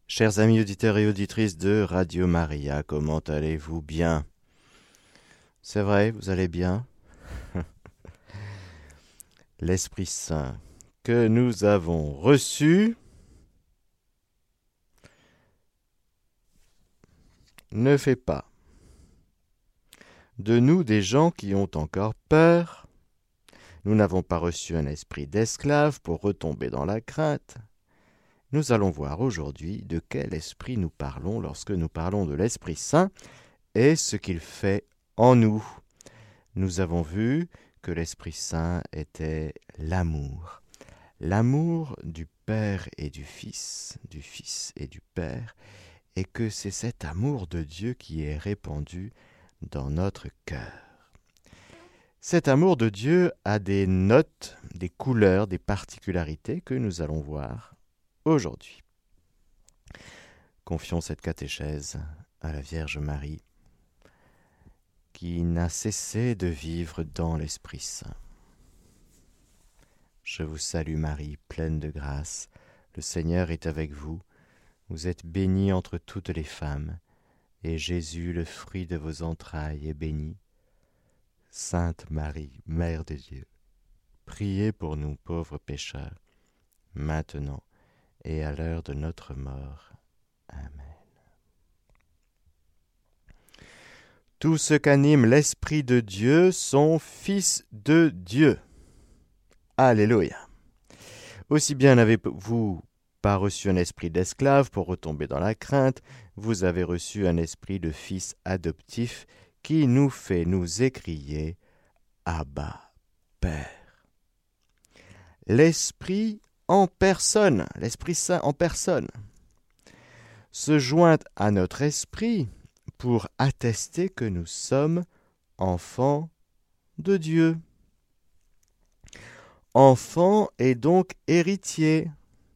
Chers amis auditeurs et auditrices de Radio Maria, comment allez-vous bien? C'est vrai, vous allez bien? L'Esprit Saint que nous avons reçu ne fait pas de nous des gens qui ont encore peur. Nous n'avons pas reçu un esprit d'esclave pour retomber dans la crainte. Nous allons voir aujourd'hui de quel esprit nous parlons lorsque nous parlons de l'Esprit Saint et ce qu'il fait en nous. Nous avons vu que l'Esprit Saint était l'amour. L'amour du Père et du Fils et du Père, et que c'est cet amour de Dieu qui est répandu dans notre cœur. Cet amour de Dieu a des notes, des couleurs, des particularités que nous allons voir aujourd'hui. Confions cette catéchèse à la Vierge Marie, qui n'a cessé de vivre dans l'Esprit Saint. Je vous salue Marie, pleine de grâce, le Seigneur est avec vous. Vous êtes bénie entre toutes les femmes, et Jésus, le fruit de vos entrailles, est béni. Sainte Marie, Mère de Dieu, priez pour nous pauvres pécheurs, maintenant et à l'heure de notre mort. Amen. Tous ceux qu'anime l'Esprit de Dieu sont fils de Dieu. Alléluia. Aussi bien n'avez-vous pas reçu un esprit d'esclave pour retomber dans la crainte, vous avez reçu un esprit de fils adoptif qui nous fait nous écrier « Abba, Père ». L'Esprit en personne, l'Esprit Saint en personne, se joint à notre esprit pour attester que nous sommes enfants de Dieu. Enfant et donc héritier.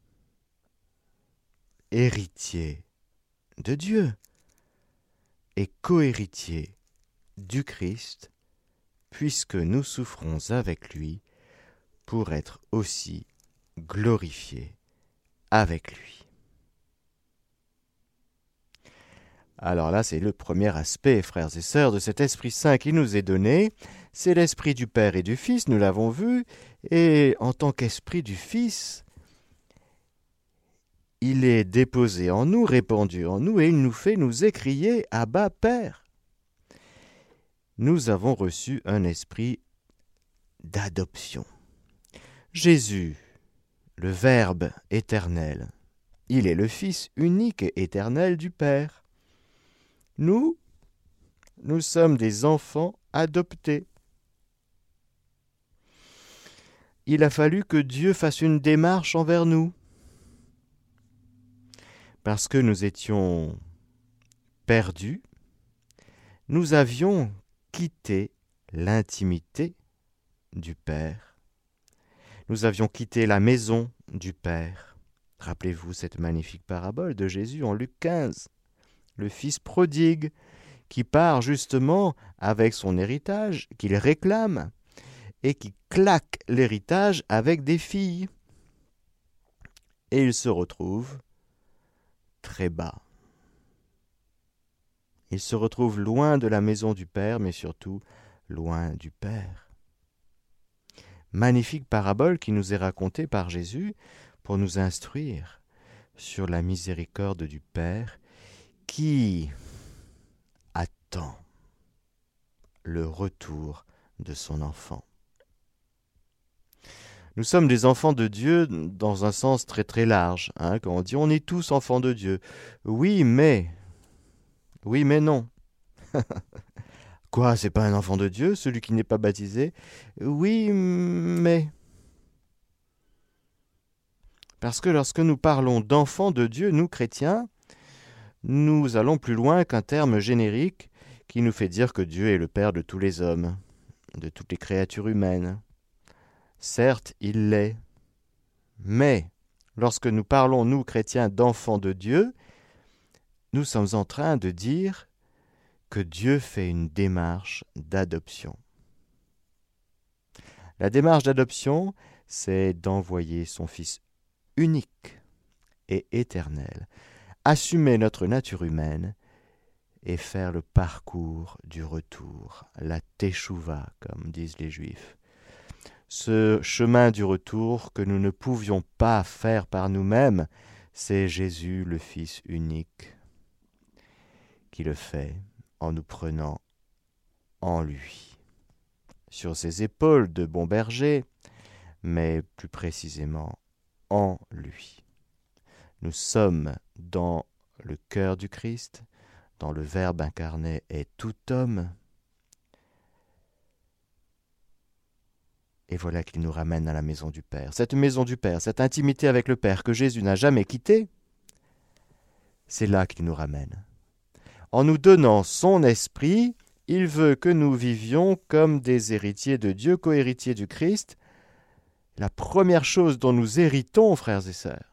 Héritier de Dieu et cohéritier du Christ, puisque nous souffrons avec lui pour être aussi glorifiés avec lui. Alors là, c'est le premier aspect, frères et sœurs, de cet Esprit Saint qui nous est donné. C'est l'Esprit du Père et du Fils, nous l'avons vu, et en tant qu'Esprit du Fils, il est déposé en nous, répandu en nous, et il nous fait nous écrier « Abba, Père ». Nous avons reçu un esprit d'adoption. Jésus, le Verbe éternel, il est le Fils unique et éternel du Père. Nous sommes des enfants adoptés. Il a fallu que Dieu fasse une démarche envers nous, parce que nous étions perdus, nous avions quitté l'intimité du Père. Nous avions quitté la maison du Père. Rappelez-vous cette magnifique parabole de Jésus en Luc 15, le fils prodigue qui part justement avec son héritage, qu'il réclame, et qui claque l'héritage avec des filles. Et il se retrouve très bas. Il se retrouve loin de la maison du Père, mais surtout loin du Père. Magnifique parabole qui nous est racontée par Jésus pour nous instruire sur la miséricorde du Père qui attend le retour de son enfant. Nous sommes des enfants de Dieu dans un sens très très large. Quand on dit on est tous enfants de Dieu. Oui, mais non. Quoi, c'est pas un enfant de Dieu, celui qui n'est pas baptisé? Oui, mais... Parce que lorsque nous parlons d'enfants de Dieu, nous chrétiens, nous allons plus loin qu'un terme générique qui nous fait dire que Dieu est le Père de tous les hommes, de toutes les créatures humaines. Certes, il l'est. Mais, lorsque nous parlons, nous chrétiens, d'enfants de Dieu, nous sommes en train de dire que Dieu fait une démarche d'adoption. La démarche d'adoption, c'est d'envoyer son Fils unique et éternel assumer notre nature humaine et faire le parcours du retour, la teshuva, comme disent les Juifs. Ce chemin du retour que nous ne pouvions pas faire par nous-mêmes, c'est Jésus, le Fils unique, qui le fait en nous prenant en lui. Sur ses épaules de bon berger, mais plus précisément en lui. Nous sommes dans le cœur du Christ, dans le Verbe incarné et tout homme. Et voilà qu'il nous ramène à la maison du Père. Cette maison du Père, cette intimité avec le Père que Jésus n'a jamais quittée, c'est là qu'il nous ramène. En nous donnant son esprit, il veut que nous vivions comme des héritiers de Dieu, co-héritiers du Christ. La première chose dont nous héritons, frères et sœurs,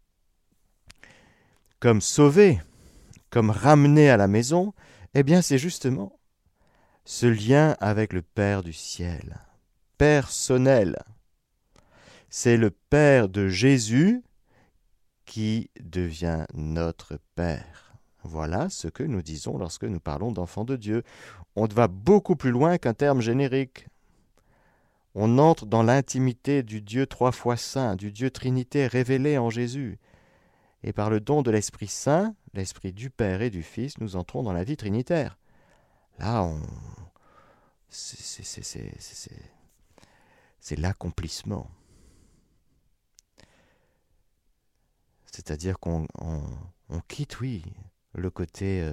comme sauvés, comme ramenés à la maison, eh bien c'est justement ce lien avec le Père du ciel, personnel. C'est le Père de Jésus qui devient notre Père. Voilà ce que nous disons lorsque nous parlons d'enfants de Dieu. On va beaucoup plus loin qu'un terme générique. On entre dans l'intimité du Dieu 3 fois saint, du Dieu Trinité révélé en Jésus. Et par le don de l'Esprit Saint, l'Esprit du Père et du Fils, nous entrons dans la vie trinitaire. Là, c'est l'accomplissement. C'est-à-dire qu'on quitte, oui, le côté...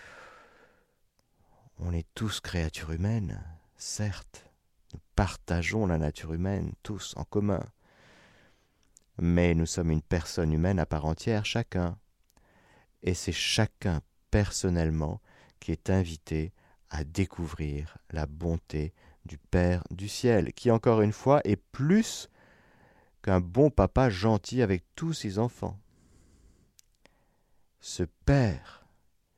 on est tous créatures humaines, certes. Nous partageons la nature humaine, tous, en commun. Mais nous sommes une personne humaine à part entière, chacun. Et c'est chacun, personnellement, qui est invité à découvrir la bonté du Père du ciel, qui, encore une fois, est plus qu'un bon papa gentil avec tous ses enfants. Ce Père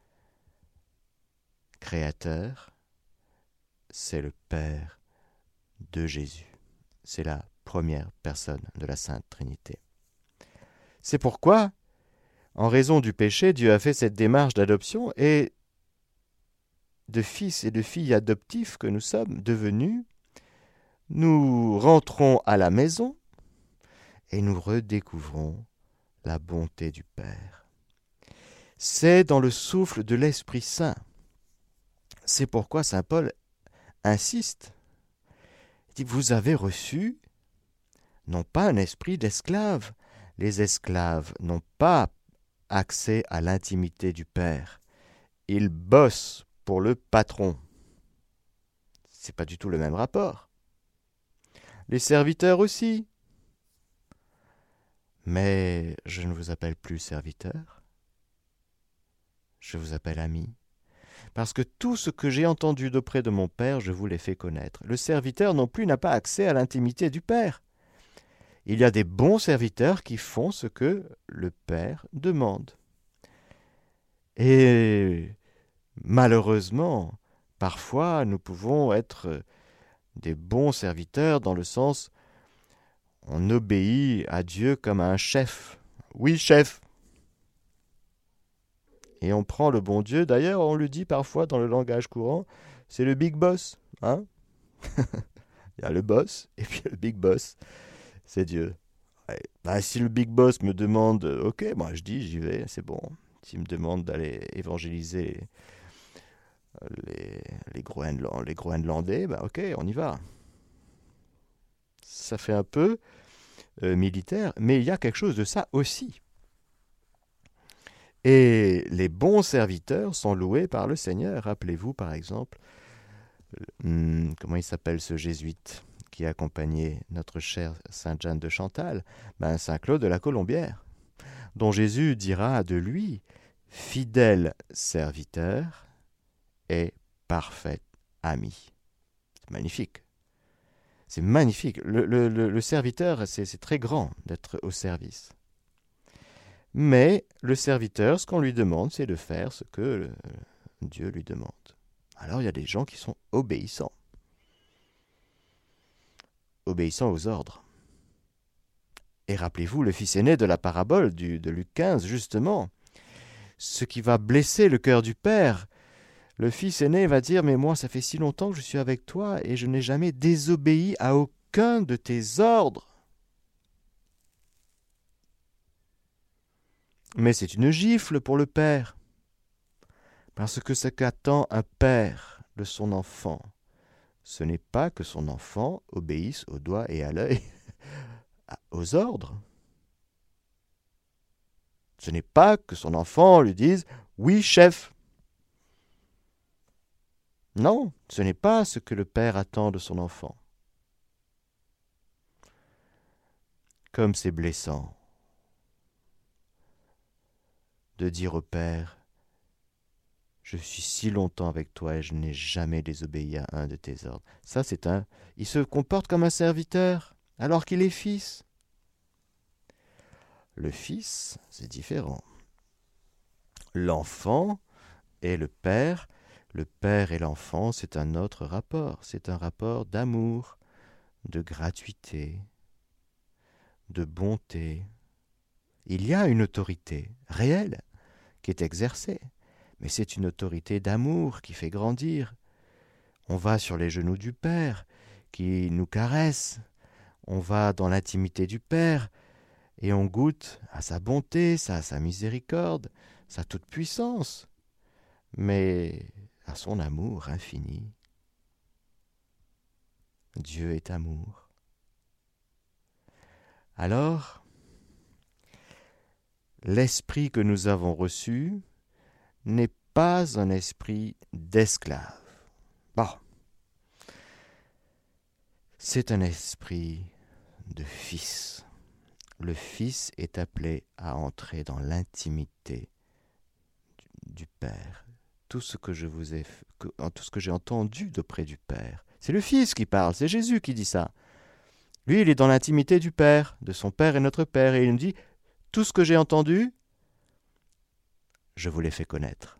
créateur, c'est le Père de Jésus. C'est la première personne de la Sainte Trinité. C'est pourquoi, en raison du péché, Dieu a fait cette démarche d'adoption et de fils et de filles adoptifs que nous sommes devenus, nous rentrons à la maison et nous redécouvrons la bonté du Père. C'est dans le souffle de l'Esprit Saint. C'est pourquoi saint Paul insiste. Il dit, vous avez reçu non pas un esprit d'esclave. Les esclaves n'ont pas accès à l'intimité du Père. Ils bossent pour le patron. C'est pas du tout le même rapport. Les serviteurs aussi. Mais je ne vous appelle plus serviteur. Je vous appelle ami. Parce que tout ce que j'ai entendu d'auprès de mon Père, je vous l'ai fait connaître. Le serviteur non plus n'a pas accès à l'intimité du Père. Il y a des bons serviteurs qui font ce que le Père demande. Et malheureusement, parfois, nous pouvons être des bons serviteurs dans le sens on obéit à Dieu comme à un chef. Oui, chef. Et on prend le bon Dieu, d'ailleurs, on le dit parfois dans le langage courant, c'est le big boss. Hein. Il y a le boss et puis le big boss. C'est Dieu. Ouais. Bah, si le big boss me demande, ok, moi je dis, j'y vais, c'est bon. S'il me demande d'aller évangéliser les Groenlandais, bah ok, on y va. Ça fait un peu militaire, mais il y a quelque chose de ça aussi. Et les bons serviteurs sont loués par le Seigneur. Rappelez-vous par exemple, comment il s'appelle ce jésuite qui a accompagné notre chère Sainte Jeanne de Chantal, Saint Claude de la Colombière, dont Jésus dira de lui, fidèle serviteur et parfait ami. C'est magnifique. C'est magnifique. Le serviteur, c'est très grand d'être au service. Mais le serviteur, ce qu'on lui demande, c'est de faire ce que Dieu lui demande. Alors il y a des gens qui sont obéissants. Obéissant aux ordres. Et rappelez-vous le fils aîné de la parabole de Luc 15, justement. ce qui va blesser le cœur du père. Le fils aîné va dire « Mais moi, ça fait si longtemps que je suis avec toi et je n'ai jamais désobéi à aucun de tes ordres. » Mais c'est une gifle pour le père, parce que ce qu'attend un père de son enfant, ce n'est pas que son enfant obéisse au doigt et à l'œil aux ordres. Ce n'est pas que son enfant lui dise « Oui, chef ». Non, ce n'est pas ce que le père attend de son enfant. Comme c'est blessant de dire au père « Je suis si longtemps avec toi et je n'ai jamais désobéi à un de tes ordres. » Ça, il se comporte comme un serviteur alors qu'il est fils. Le fils, c'est différent. L'enfant et le père et l'enfant, c'est un autre rapport. C'est un rapport d'amour, de gratuité, de bonté. Il y a une autorité réelle qui est exercée, mais c'est une autorité d'amour qui fait grandir. On va sur les genoux du Père qui nous caresse. On va dans l'intimité du Père et on goûte à sa bonté, à sa miséricorde, sa toute-puissance, mais à son amour infini. Dieu est amour. Alors, l'esprit que nous avons reçu n'est pas un esprit d'esclave. Bon, c'est un esprit de fils. Le fils est appelé à entrer dans l'intimité du Père. Tout ce que tout ce que j'ai entendu d'auprès du Père, c'est le Fils qui parle, c'est Jésus qui dit ça. Lui, il est dans l'intimité du Père, de son Père et notre Père, et il nous dit, tout ce que j'ai entendu, je vous l'ai fait connaître.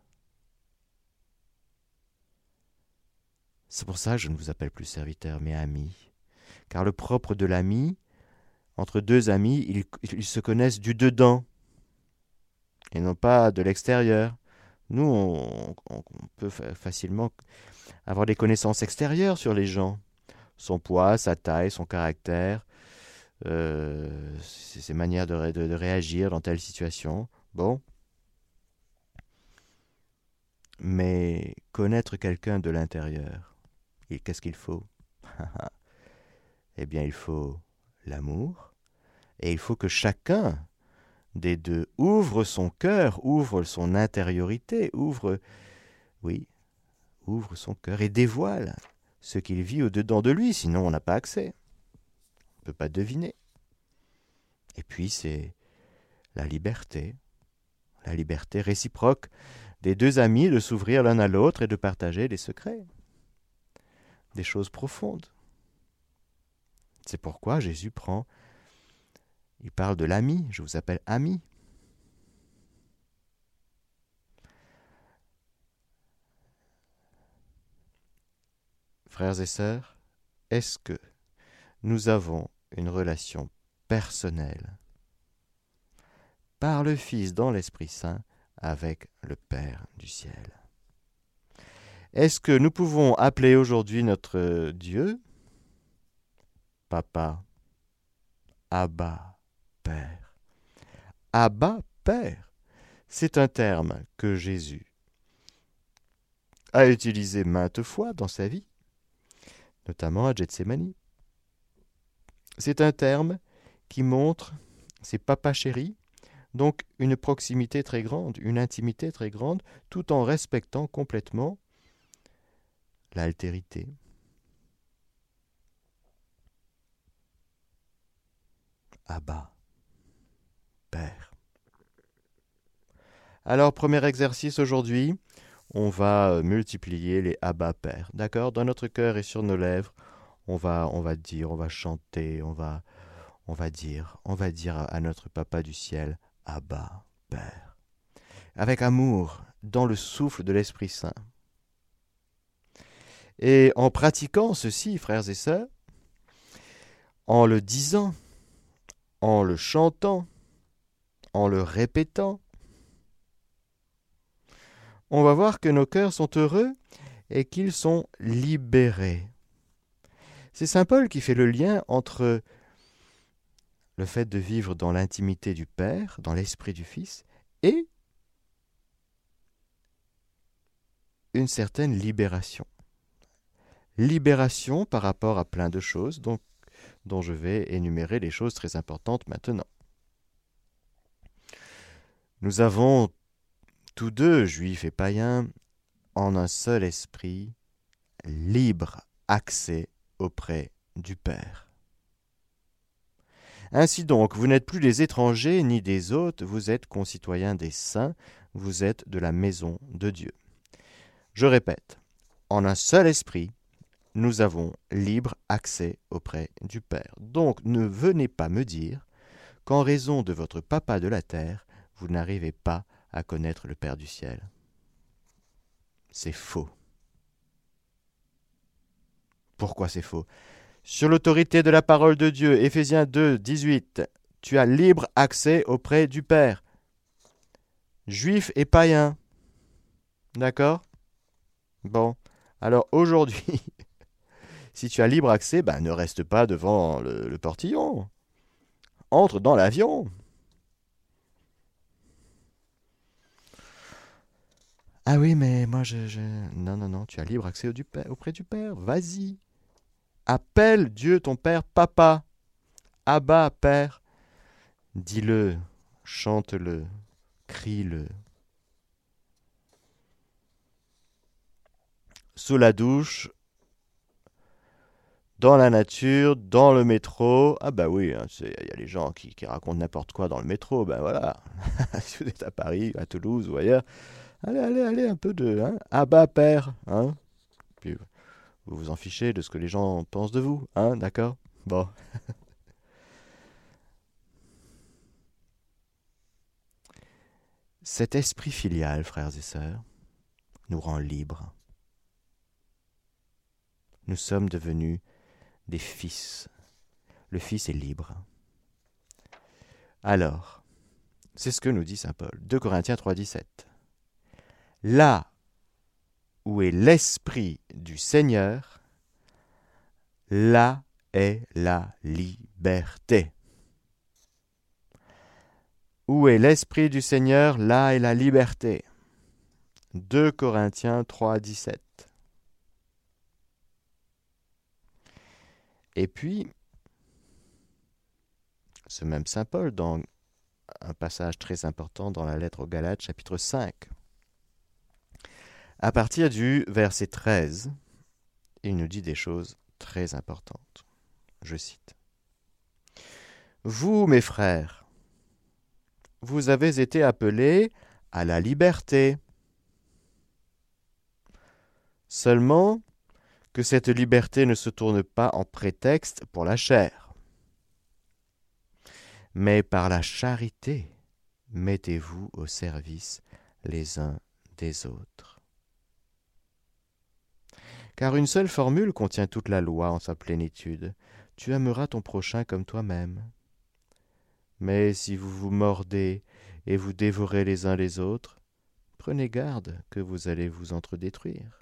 C'est pour ça que je ne vous appelle plus serviteur, mais ami. Car le propre de l'ami, entre deux amis, ils se connaissent du dedans, et non pas de l'extérieur. Nous, on peut facilement avoir des connaissances extérieures sur les gens. Son poids, sa taille, son caractère, ses manières de réagir dans telle situation. Bon. Mais connaître quelqu'un de l'intérieur, et qu'est-ce qu'il faut? Eh bien, il faut l'amour, et il faut que chacun des deux ouvre son cœur, ouvre son intériorité, ouvre son cœur et dévoile ce qu'il vit au-dedans de lui, sinon on n'a pas accès. On ne peut pas deviner. Et puis c'est la liberté réciproque des deux amis de s'ouvrir l'un à l'autre et de partager des secrets, des choses profondes. C'est pourquoi Jésus il parle de l'ami, je vous appelle ami. Frères et sœurs, est-ce que nous avons une relation personnelle par le Fils dans l'Esprit Saint avec le Père du ciel? Est-ce que nous pouvons appeler aujourd'hui notre Dieu Papa, Abba, Père? Abba, Père, c'est un terme que Jésus a utilisé maintes fois dans sa vie, notamment à Gethsémani. C'est un terme qui montre, c'est papa chéri, donc une proximité très grande, une intimité très grande, tout en respectant complètement l'altérité. Abba, Père. Alors, premier exercice aujourd'hui, on va multiplier les Abba, Père. D'accord? Dans notre cœur et sur nos lèvres, on va dire, on va chanter, on va dire à notre Papa du ciel, Abba, Père. Avec amour, dans le souffle de l'Esprit Saint. Et en pratiquant ceci, frères et sœurs, en le disant, en le chantant, en le répétant, on va voir que nos cœurs sont heureux et qu'ils sont libérés. C'est saint Paul qui fait le lien entre le fait de vivre dans l'intimité du Père, dans l'esprit du Fils, et une certaine libération. Libération par rapport à plein de choses, dont je vais énumérer les choses très importantes maintenant. Nous avons tous deux, juifs et païens, en un seul esprit, libre accès auprès du Père. Ainsi donc, vous n'êtes plus des étrangers ni des hôtes, vous êtes concitoyens des saints, vous êtes de la maison de Dieu. Je répète, en un seul esprit, nous avons libre accès auprès du Père. Donc ne venez pas me dire qu'en raison de votre papa de la terre, vous n'arrivez pas à connaître le Père du ciel. C'est faux. Pourquoi c'est faux? Sur l'autorité de la parole de Dieu, Éphésiens 2, 18, tu as libre accès auprès du Père. Juif et païen. D'accord? Bon, alors aujourd'hui, si tu as libre accès, ne reste pas devant le portillon. Entre dans l'avion. Ah oui, mais moi Non, tu as libre accès auprès du Père. Vas-y. Appelle Dieu ton Père Papa. Abba, Père. Dis-le, chante-le, crie-le. Sous la douche, dans la nature, dans le métro. Ah bah oui, il y a les gens qui racontent n'importe quoi dans le métro. Ben voilà, si vous êtes à Paris, à Toulouse ou ailleurs, allez, un peu de... Abba, Père. Puis vous vous en fichez de ce que les gens pensent de vous, d'accord? Bon. Cet esprit filial, frères et sœurs, nous rend libres. Nous sommes devenus des fils. Le Fils est libre. Alors, c'est ce que nous dit saint Paul. 2 Corinthiens 3, 17. Là où est l'esprit du Seigneur, là est la liberté. Où est l'esprit du Seigneur, là est la liberté. 2 Corinthiens 3, 17. Et puis, ce même saint Paul, dans un passage très important dans la lettre aux Galates, chapitre 5, à partir du verset 13, il nous dit des choses très importantes. Je cite. « Vous, mes frères, vous avez été appelés à la liberté. Seulement que cette liberté ne se tourne pas en prétexte pour la chair. Mais par la charité, mettez-vous au service les uns des autres. Car une seule formule contient toute la loi en sa plénitude. Tu aimeras ton prochain comme toi-même. Mais si vous vous mordez et vous dévorez les uns les autres, prenez garde que vous allez vous entredétruire.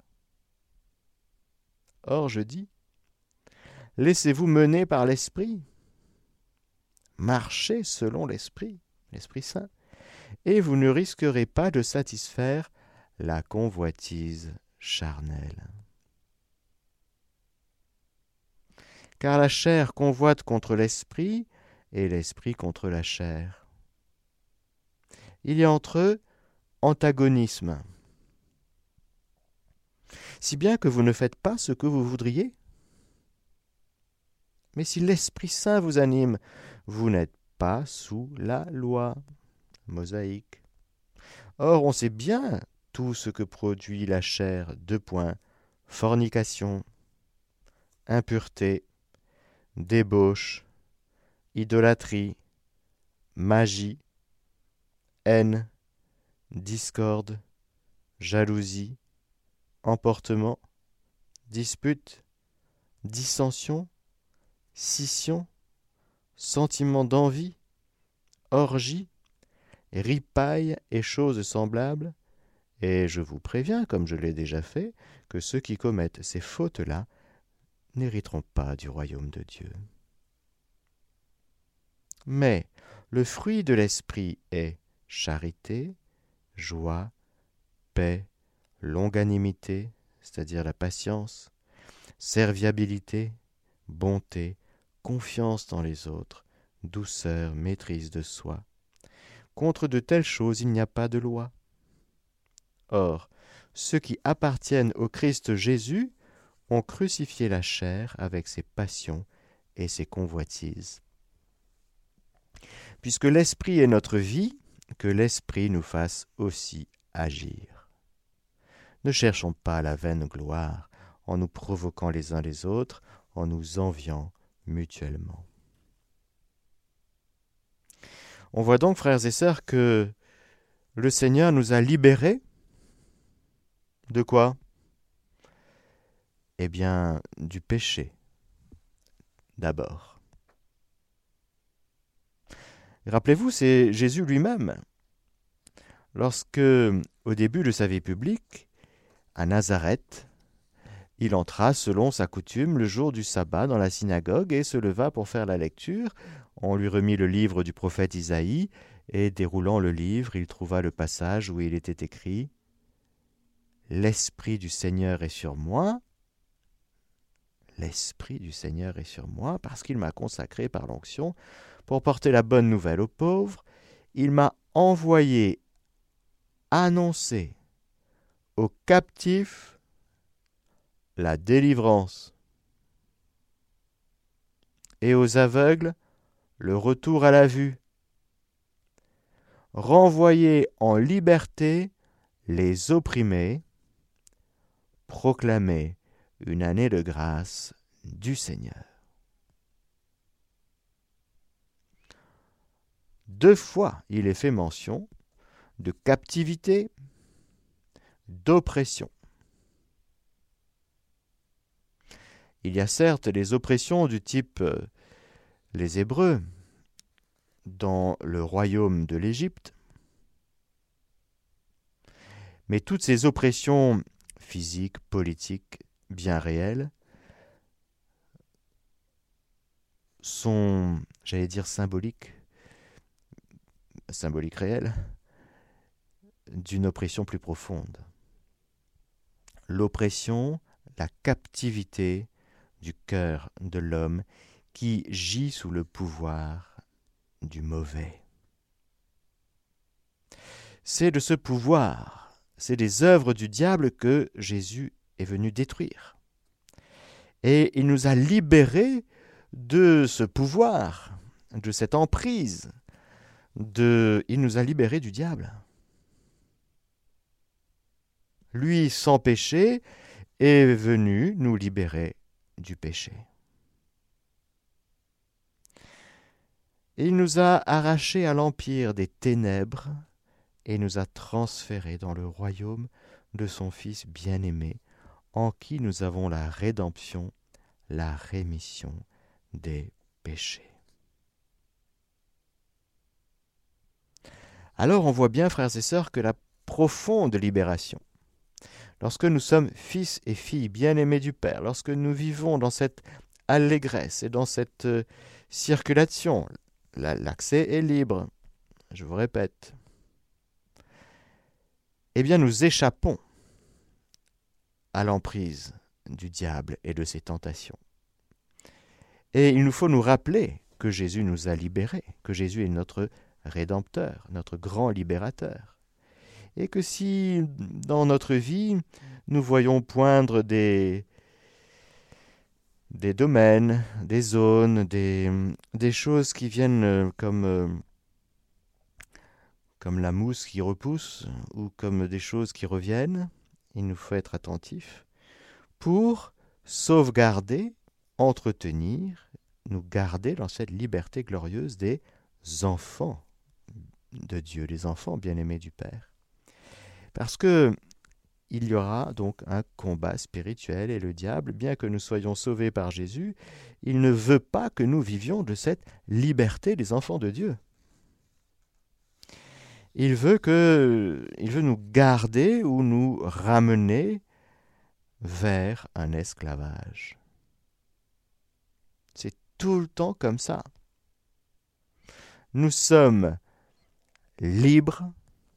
Or, je dis, laissez-vous mener par l'Esprit. Marchez selon l'Esprit, l'Esprit Saint, et vous ne risquerez pas de satisfaire la convoitise charnelle. Car la chair convoite contre l'Esprit, et l'Esprit contre la chair. Il y a entre eux antagonisme. Si bien que vous ne faites pas ce que vous voudriez. Mais si l'Esprit Saint vous anime, vous n'êtes pas sous la loi mosaïque. Or, on sait bien tout ce que produit la chair. 2 points. Fornication, impureté, débauche, idolâtrie, magie, haine, discorde, jalousie, emportement, dispute, dissension, scission, sentiment d'envie, orgie, ripaille et choses semblables, Et je vous préviens, comme je l'ai déjà fait, que ceux qui commettent ces fautes-là n'hériteront pas du royaume de Dieu. Mais le fruit de l'esprit est charité, joie, paix, longanimité, c'est-à-dire la patience, serviabilité, bonté, confiance dans les autres, douceur, maîtrise de soi. Contre de telles choses, il n'y a pas de loi. Or, ceux qui appartiennent au Christ Jésus ont crucifié la chair avec ses passions et ses convoitises. Puisque l'Esprit est notre vie, que l'Esprit nous fasse aussi agir. Ne cherchons pas la vaine gloire en nous provoquant les uns les autres, en nous enviant mutuellement. On voit donc, frères et sœurs, que le Seigneur nous a libérés de quoi ? Eh bien, du péché, d'abord. Rappelez-vous, c'est Jésus lui-même. Lorsque, au début de sa vie publique, à Nazareth, il entra selon sa coutume le jour du sabbat dans la synagogue et se leva pour faire la lecture. On lui remit le livre du prophète Isaïe et, déroulant le livre, il trouva le passage où il était écrit « L'Esprit du Seigneur est sur moi. L'Esprit du Seigneur est sur moi parce qu'il m'a consacré par l'onction pour porter la bonne nouvelle aux pauvres. Il m'a envoyé annoncer aux captifs la délivrance et aux aveugles le retour à la vue, renvoyer en liberté les opprimés, proclamer une année de grâce du Seigneur. 2 fois, il est fait mention de captivité, d'oppression. Il y a certes les oppressions du type les Hébreux dans le royaume de l'Égypte, mais toutes ces oppressions physiques, politiques, bien réelles, sont, j'allais dire, symboliques réelles, d'une oppression plus profonde. L'oppression, la captivité du cœur de l'homme qui gît sous le pouvoir du mauvais. C'est de ce pouvoir, c'est des œuvres du diable que Jésus est venu détruire. Et il nous a libérés de ce pouvoir, de cette emprise, il nous a libérés du diable. Lui, sans péché, est venu nous libérer du péché. Il nous a arrachés à l'empire des ténèbres et nous a transférés dans le royaume de son Fils bien-aimé, en qui nous avons la rédemption, la rémission des péchés. Alors on voit bien, frères et sœurs, que la profonde libération, lorsque nous sommes fils et filles bien-aimés du Père, lorsque nous vivons dans cette allégresse et dans cette circulation, l'accès est libre, je vous répète, eh bien nous échappons à l'emprise du diable et de ses tentations. Et il nous faut nous rappeler que Jésus nous a libérés, que Jésus est notre Rédempteur, notre grand libérateur. Et que si, dans notre vie, nous voyons poindre des domaines, des zones, des choses qui viennent comme la mousse qui repousse ou comme des choses qui reviennent, il nous faut être attentifs pour sauvegarder, entretenir, nous garder dans cette liberté glorieuse des enfants de Dieu, des enfants bien-aimés du Père. Parce que il y aura donc un combat spirituel et le diable, bien que nous soyons sauvés par Jésus, il ne veut pas que nous vivions de cette liberté des enfants de Dieu. il veut nous garder ou nous ramener vers un esclavage. C'est tout le temps comme ça. Nous sommes libres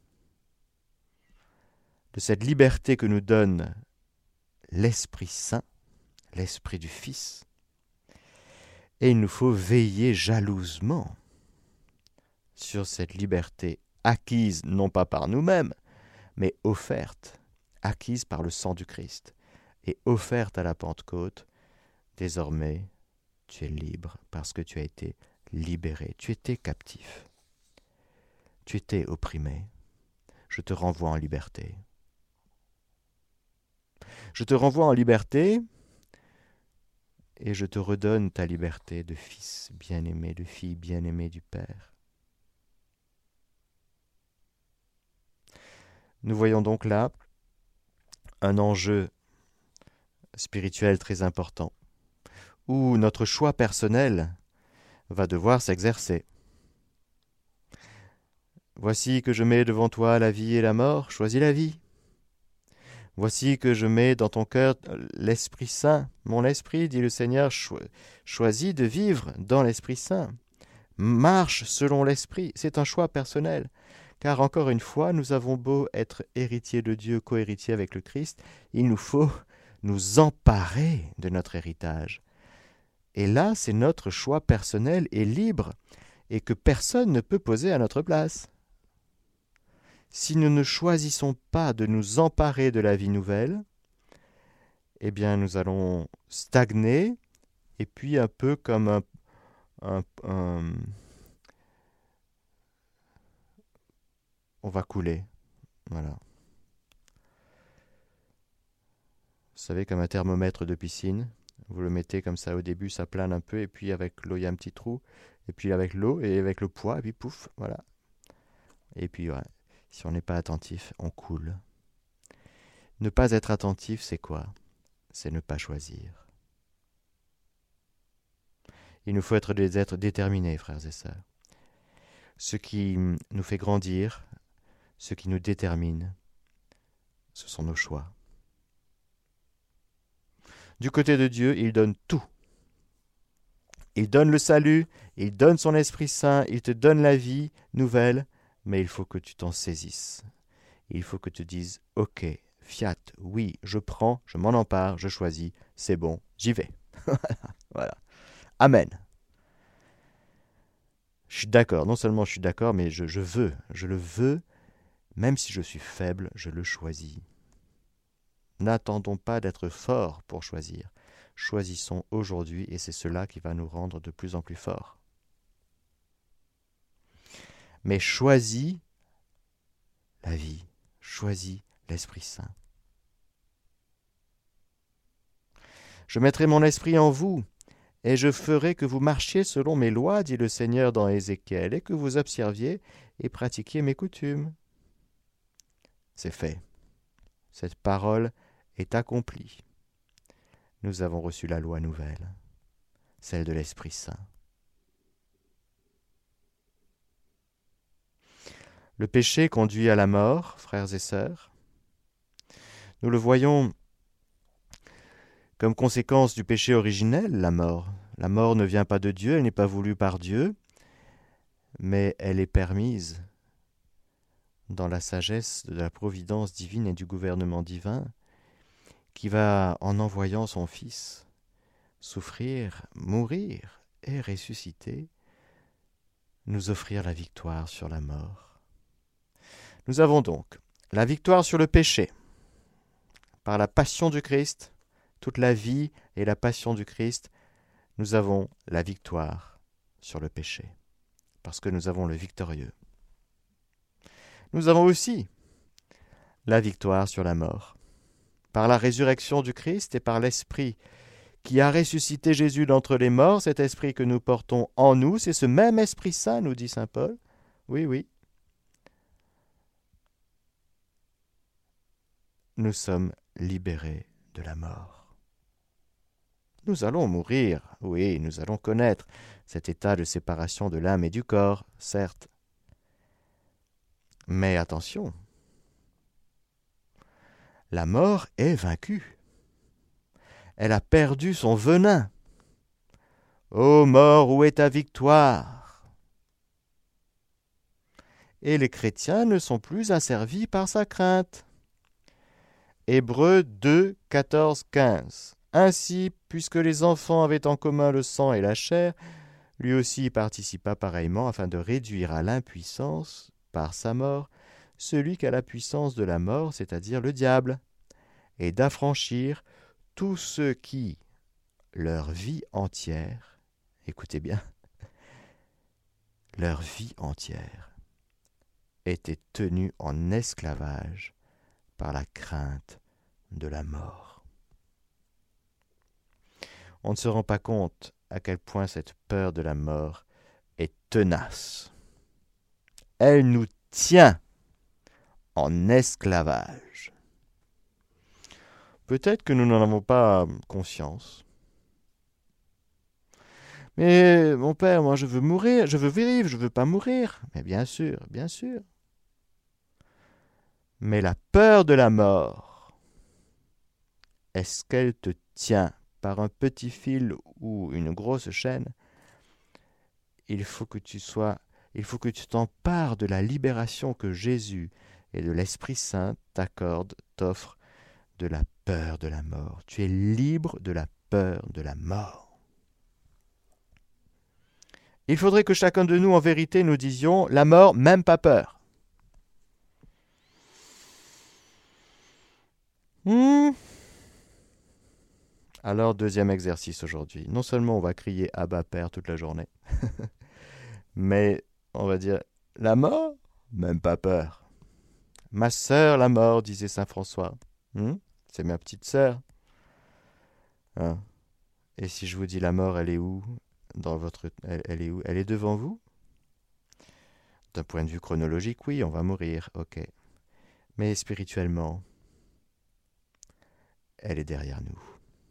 de cette liberté que nous donne l'Esprit Saint, l'Esprit du Fils. Et il nous faut veiller jalousement sur cette liberté acquise non pas par nous-mêmes, mais offerte, acquise par le sang du Christ et offerte à la Pentecôte. Désormais, tu es libre parce que tu as été libéré. Tu étais captif. Tu étais opprimé. Je te renvoie en liberté. Je te renvoie en liberté et je te redonne ta liberté de fils bien-aimé, de fille bien-aimée du Père. Nous voyons donc là un enjeu spirituel très important, où notre choix personnel va devoir s'exercer. Voici que je mets devant toi la vie et la mort, choisis la vie. Voici que je mets dans ton cœur l'Esprit Saint, mon esprit, dit le Seigneur, choisis de vivre dans l'Esprit Saint. Marche selon l'Esprit, c'est un choix personnel. Car encore une fois, nous avons beau être héritiers de Dieu, co-héritiers avec le Christ, il nous faut nous emparer de notre héritage. Et là, c'est notre choix personnel et libre, et que personne ne peut poser à notre place. Si nous ne choisissons pas de nous emparer de la vie nouvelle, eh bien nous allons stagner, et puis un peu comme on va couler. Voilà. Vous savez, comme un thermomètre de piscine, vous le mettez comme ça au début, ça plane un peu, et puis avec l'eau, il y a un petit trou, et puis avec l'eau, et avec le poids, et puis pouf, voilà. Et puis, ouais, si on n'est pas attentif, on coule. Ne pas être attentif, c'est quoi? C'est ne pas choisir. Il nous faut être des êtres déterminés, frères et sœurs. Ce qui nous fait grandir, ce qui nous détermine, ce sont nos choix. Du côté de Dieu, il donne tout. Il donne le salut, il donne son Esprit Saint, il te donne la vie nouvelle, mais il faut que tu t'en saisisses. Il faut que tu dises « Ok, fiat, oui, je prends, je m'en empare, je choisis, c'est bon, j'y vais. » Voilà. Amen. Je suis d'accord, non seulement je suis d'accord, mais je le veux, même si je suis faible, je le choisis. N'attendons pas d'être forts pour choisir. Choisissons aujourd'hui et c'est cela qui va nous rendre de plus en plus forts. Mais choisis la vie, choisis l'Esprit Saint. Je mettrai mon esprit en vous, et je ferai que vous marchiez selon mes lois, dit le Seigneur dans Ézéchiel, et que vous observiez et pratiquiez mes coutumes. C'est fait. Cette parole est accomplie. Nous avons reçu la loi nouvelle, celle de l'Esprit Saint. Le péché conduit à la mort, frères et sœurs. Nous le voyons comme conséquence du péché originel, la mort. La mort ne vient pas de Dieu, elle n'est pas voulue par Dieu, mais elle est permise dans la sagesse de la providence divine et du gouvernement divin, qui va, en envoyant son Fils, souffrir, mourir et ressusciter, nous offrir la victoire sur la mort. Nous avons donc la victoire sur le péché, par la passion du Christ, toute la vie et la passion du Christ, nous avons la victoire sur le péché, parce que nous avons le victorieux. Nous avons aussi la victoire sur la mort, par la résurrection du Christ et par l'Esprit qui a ressuscité Jésus d'entre les morts, cet Esprit que nous portons en nous, c'est ce même Esprit Saint, nous dit saint Paul. Oui, oui. Nous sommes libérés de la mort. Nous allons mourir, oui, nous allons connaître cet état de séparation de l'âme et du corps, certes. Mais attention, la mort est vaincue. Elle a perdu son venin. Ô mort, où est ta victoire? Et les chrétiens ne sont plus asservis par sa crainte. Hébreux 2, 14, 15. Ainsi, puisque les enfants avaient en commun le sang et la chair, lui aussi y participa pareillement afin de réduire à l'impuissance, par sa mort, celui qui a la puissance de la mort, c'est-à-dire le diable, et d'affranchir tous ceux qui, leur vie entière, écoutez bien, leur vie entière, étaient tenus en esclavage par la crainte de la mort. On ne se rend pas compte à quel point cette peur de la mort est tenace. Elle nous tient en esclavage. Peut-être que nous n'en avons pas conscience. Mais mon père, moi je veux mourir, je veux vivre, je ne veux pas mourir. Mais bien sûr, bien sûr. Mais la peur de la mort, est-ce qu'elle te tient par un petit fil ou une grosse chaîne? Il faut que tu t'empares de la libération que Jésus et de l'Esprit Saint t'offrent de la peur de la mort. Tu es libre de la peur de la mort. Il faudrait que chacun de nous, en vérité, nous disions la mort, même pas peur. Alors, deuxième exercice aujourd'hui. Non seulement on va crier Abba Père toute la journée, mais on va dire la mort, même pas peur. Ma sœur, la mort, disait saint François. C'est ma petite sœur. Hein? Et si je vous dis la mort, elle est où? Elle est où? Elle est devant vous? D'un point de vue chronologique, oui, on va mourir, ok. Mais spirituellement, elle est derrière nous.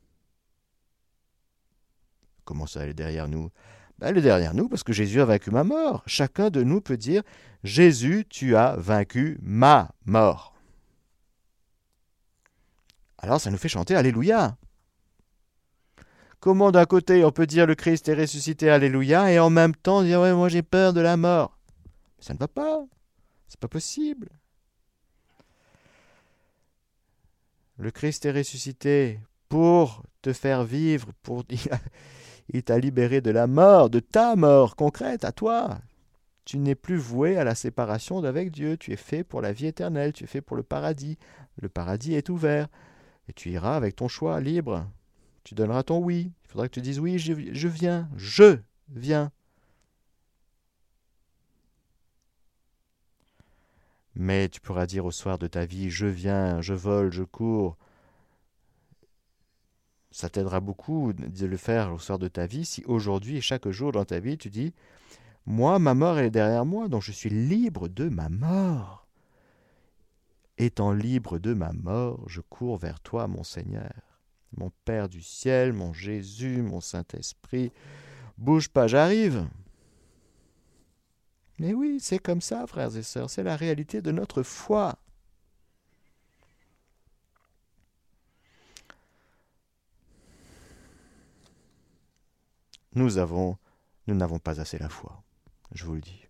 Comment ça, elle est derrière nous? Elle est derrière nous parce que Jésus a vaincu ma mort. Chacun de nous peut dire « Jésus, tu as vaincu ma mort ». Alors ça nous fait chanter « Alléluia ». Comment d'un côté on peut dire « Le Christ est ressuscité, Alléluia » et en même temps dire « Ouais, moi j'ai peur de la mort ». Ça ne va pas. C'est pas possible. Le Christ est ressuscité pour te faire vivre, il t'a libéré de la mort, de ta mort concrète, à toi. Tu n'es plus voué à la séparation d'avec Dieu. Tu es fait pour la vie éternelle, tu es fait pour le paradis. Le paradis est ouvert. Et tu iras avec ton choix libre. Tu donneras ton oui. Il faudra que tu dises oui, je viens, je viens. Mais tu pourras dire au soir de ta vie, je viens, je vole, je cours. Ça t'aidera beaucoup de le faire au soir de ta vie si aujourd'hui et chaque jour dans ta vie tu dis moi, ma mort elle est derrière moi, donc je suis libre de ma mort. Étant libre de ma mort, je cours vers toi, mon Seigneur, mon Père du ciel, mon Jésus, mon Saint-Esprit. Bouge pas, j'arrive. Mais oui, c'est comme ça, frères et sœurs, c'est la réalité de notre foi. Nous n'avons pas assez la foi, je vous le dis.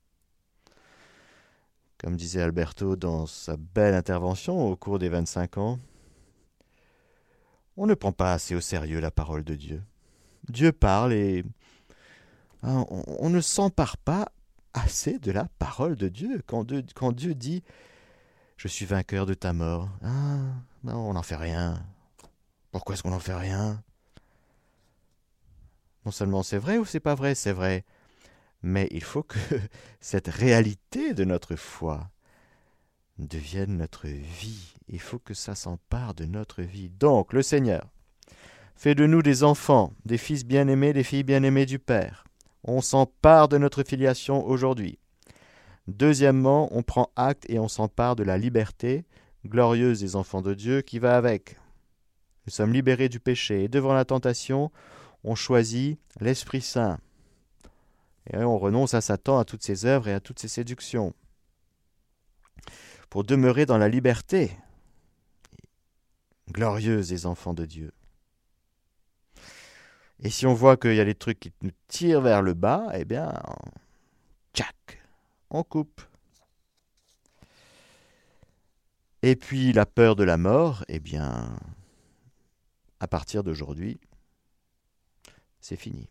Comme disait Alberto dans sa belle intervention au cours des 25 ans, on ne prend pas assez au sérieux la parole de Dieu. Dieu parle et on ne s'empare pas assez de la parole de Dieu. Quand Dieu dit « Je suis vainqueur de ta mort », non, on n'en fait rien. Pourquoi est-ce qu'on n'en fait rien? Non seulement c'est vrai ou c'est pas vrai, c'est vrai. Mais il faut que cette réalité de notre foi devienne notre vie. Il faut que ça s'empare de notre vie. Donc, le Seigneur fait de nous des enfants, des fils bien-aimés, des filles bien-aimées du Père. On s'empare de notre filiation aujourd'hui. Deuxièmement, on prend acte et on s'empare de la liberté glorieuse des enfants de Dieu qui va avec. Nous sommes libérés du péché et devant la tentation, on choisit l'Esprit Saint. Et on renonce à Satan, à toutes ses œuvres et à toutes ses séductions. pour demeurer dans la liberté. Glorieux les enfants de Dieu. Et si on voit qu'il y a des trucs qui nous tirent vers le bas, eh bien, tchac, on coupe. Et puis la peur de la mort, eh bien, à partir d'aujourd'hui, c'est fini.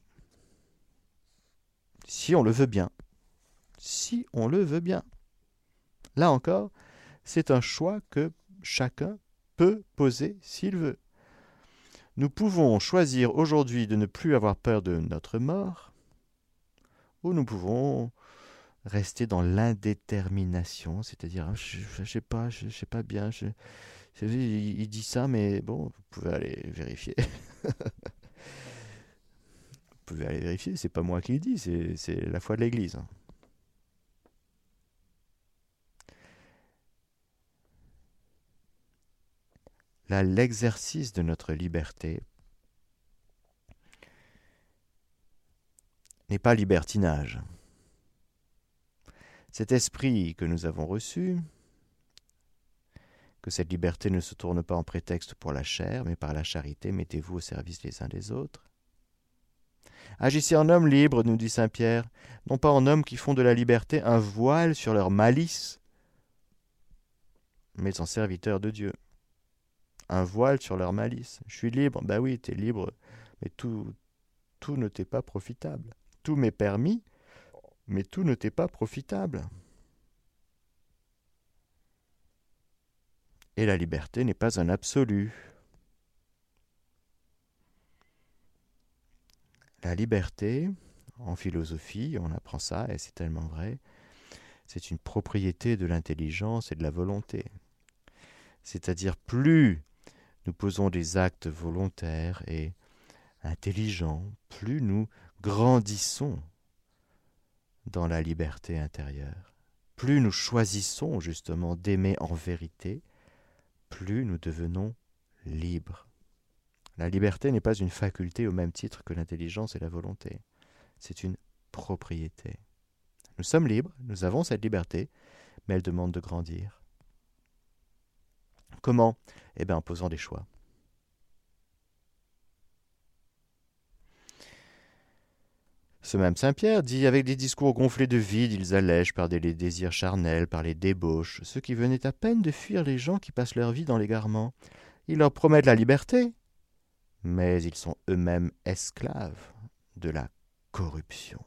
Si on le veut bien. Si on le veut bien. Là encore, c'est un choix que chacun peut poser s'il veut. Nous pouvons choisir aujourd'hui de ne plus avoir peur de notre mort, ou nous pouvons rester dans l'indétermination, c'est-à-dire je sais pas bien, il dit ça, mais bon, vous pouvez aller vérifier. Vous pouvez aller vérifier, c'est pas moi qui le dis, c'est la foi de l'Église. Là, l'exercice de notre liberté n'est pas libertinage. Cet esprit que nous avons reçu, que cette liberté ne se tourne pas en prétexte pour la chair, mais par la charité, mettez-vous au service les uns des autres. Agissez en hommes libres, nous dit saint Pierre, non pas en hommes qui font de la liberté un voile sur leur malice, mais en serviteurs de Dieu. Un voile sur leur malice. Je suis libre, ben oui, tu es libre, mais tout ne t'est pas profitable. Tout m'est permis, mais tout ne t'est pas profitable. Et la liberté n'est pas un absolu. La liberté, en philosophie, on apprend ça, et c'est tellement vrai, c'est une propriété de l'intelligence et de la volonté. C'est-à-dire, plus nous posons des actes volontaires et intelligents, plus nous grandissons dans la liberté intérieure. Plus nous choisissons justement d'aimer en vérité, plus nous devenons libres. La liberté n'est pas une faculté au même titre que l'intelligence et la volonté. C'est une propriété. Nous sommes libres, nous avons cette liberté, mais elle demande de grandir. Comment ? Eh bien, en posant des choix. Ce même saint Pierre dit « Avec des discours gonflés de vide, ils allègent par des désirs charnels, par les débauches, ceux qui venaient à peine de fuir les gens qui passent leur vie dans l'égarement. Ils leur promettent la liberté, mais ils sont eux-mêmes esclaves de la corruption.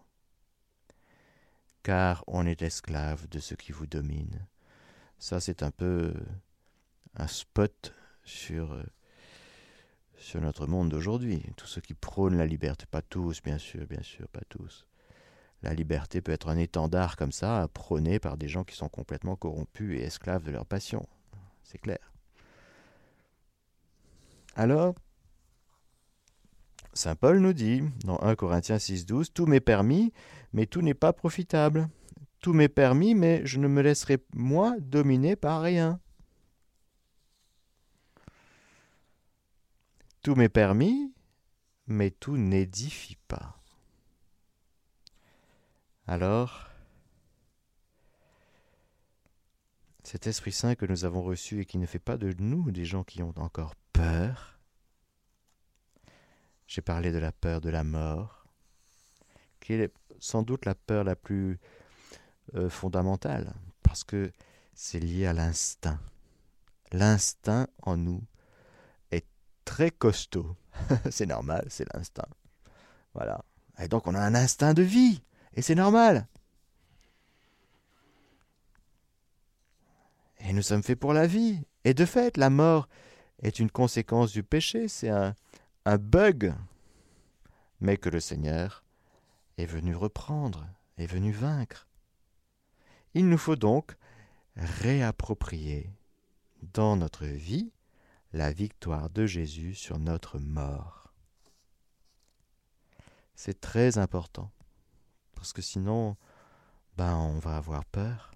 Car on est esclave de ce qui vous domine. » Ça, c'est un peu un spot sur notre monde d'aujourd'hui. Tous ceux qui prônent la liberté, pas tous, bien sûr, pas tous. La liberté peut être un étendard comme ça, prôné par des gens qui sont complètement corrompus et esclaves de leur passion. C'est clair. Alors, saint Paul nous dit, dans 1 Corinthiens 6,12, « Tout m'est permis, mais tout n'est pas profitable. Tout m'est permis, mais je ne me laisserai, moi, dominer par rien. » Tout m'est permis, mais tout n'édifie pas. Alors, cet Esprit Saint que nous avons reçu et qui ne fait pas de nous des gens qui ont encore peur, j'ai parlé de la peur de la mort, qui est sans doute la peur la plus fondamentale, parce que c'est lié à l'instinct. L'instinct en nous est très costaud. C'est normal, c'est l'instinct. Voilà. Et donc on a un instinct de vie, et c'est normal. Et nous sommes faits pour la vie. Et de fait, la mort est une conséquence du péché, c'est un bug, mais que le Seigneur est venu reprendre, est venu vaincre. Il nous faut donc réapproprier dans notre vie la victoire de Jésus sur notre mort. C'est très important, parce que sinon, on va avoir peur,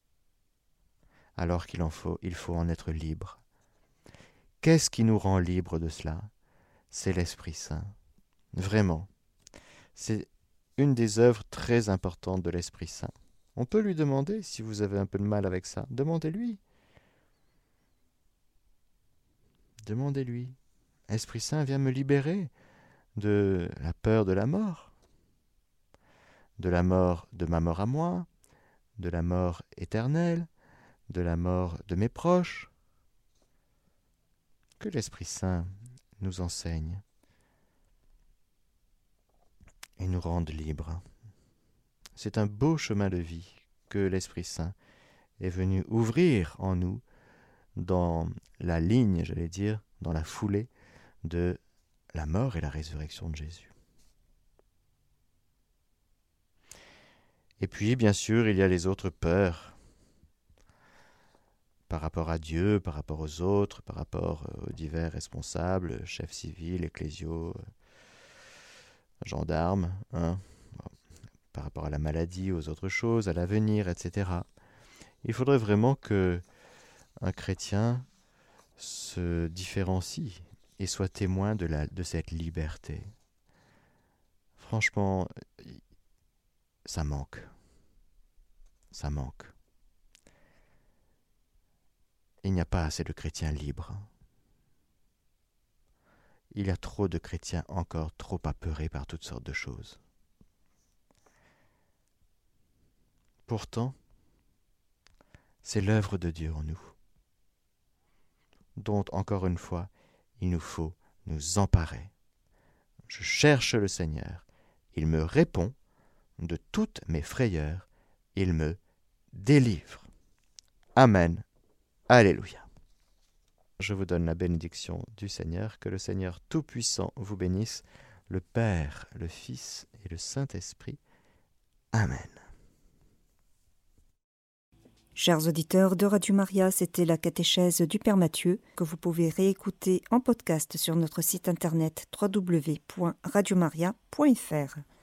alors il faut en être libre. Qu'est-ce qui nous rend libres de cela ? C'est l'Esprit Saint. Vraiment. C'est une des œuvres très importantes de l'Esprit Saint. On peut lui demander, si vous avez un peu de mal avec ça, demandez-lui. Demandez-lui. Esprit Saint, viens me libérer de la peur de la mort de ma mort à moi, de la mort éternelle, de la mort de mes proches. Que l'Esprit Saint nous enseigne et nous rende libres. C'est un beau chemin de vie que l'Esprit Saint est venu ouvrir en nous dans la ligne, j'allais dire, dans la foulée de la mort et la résurrection de Jésus. Et puis, bien sûr, il y a les autres peurs par rapport à Dieu, par rapport aux autres, par rapport aux divers responsables, chefs civils, ecclésiaux, gendarmes, par rapport à la maladie, aux autres choses, à l'avenir, etc. Il faudrait vraiment que un chrétien se différencie et soit témoin de cette liberté. Franchement, ça manque. Ça manque. Il n'y a pas assez de chrétiens libres. Il y a trop de chrétiens encore trop apeurés par toutes sortes de choses. Pourtant, c'est l'œuvre de Dieu en nous, dont, encore une fois, il nous faut nous emparer. Je cherche le Seigneur, il me répond de toutes mes frayeurs, il me délivre. Amen. Alléluia. Je vous donne la bénédiction du Seigneur, que le Seigneur Tout-Puissant vous bénisse, le Père, le Fils et le Saint-Esprit. Amen. Chers auditeurs de Radio Maria, c'était la catéchèse du Père Mathieu que vous pouvez réécouter en podcast sur notre site internet www.radiomaria.fr.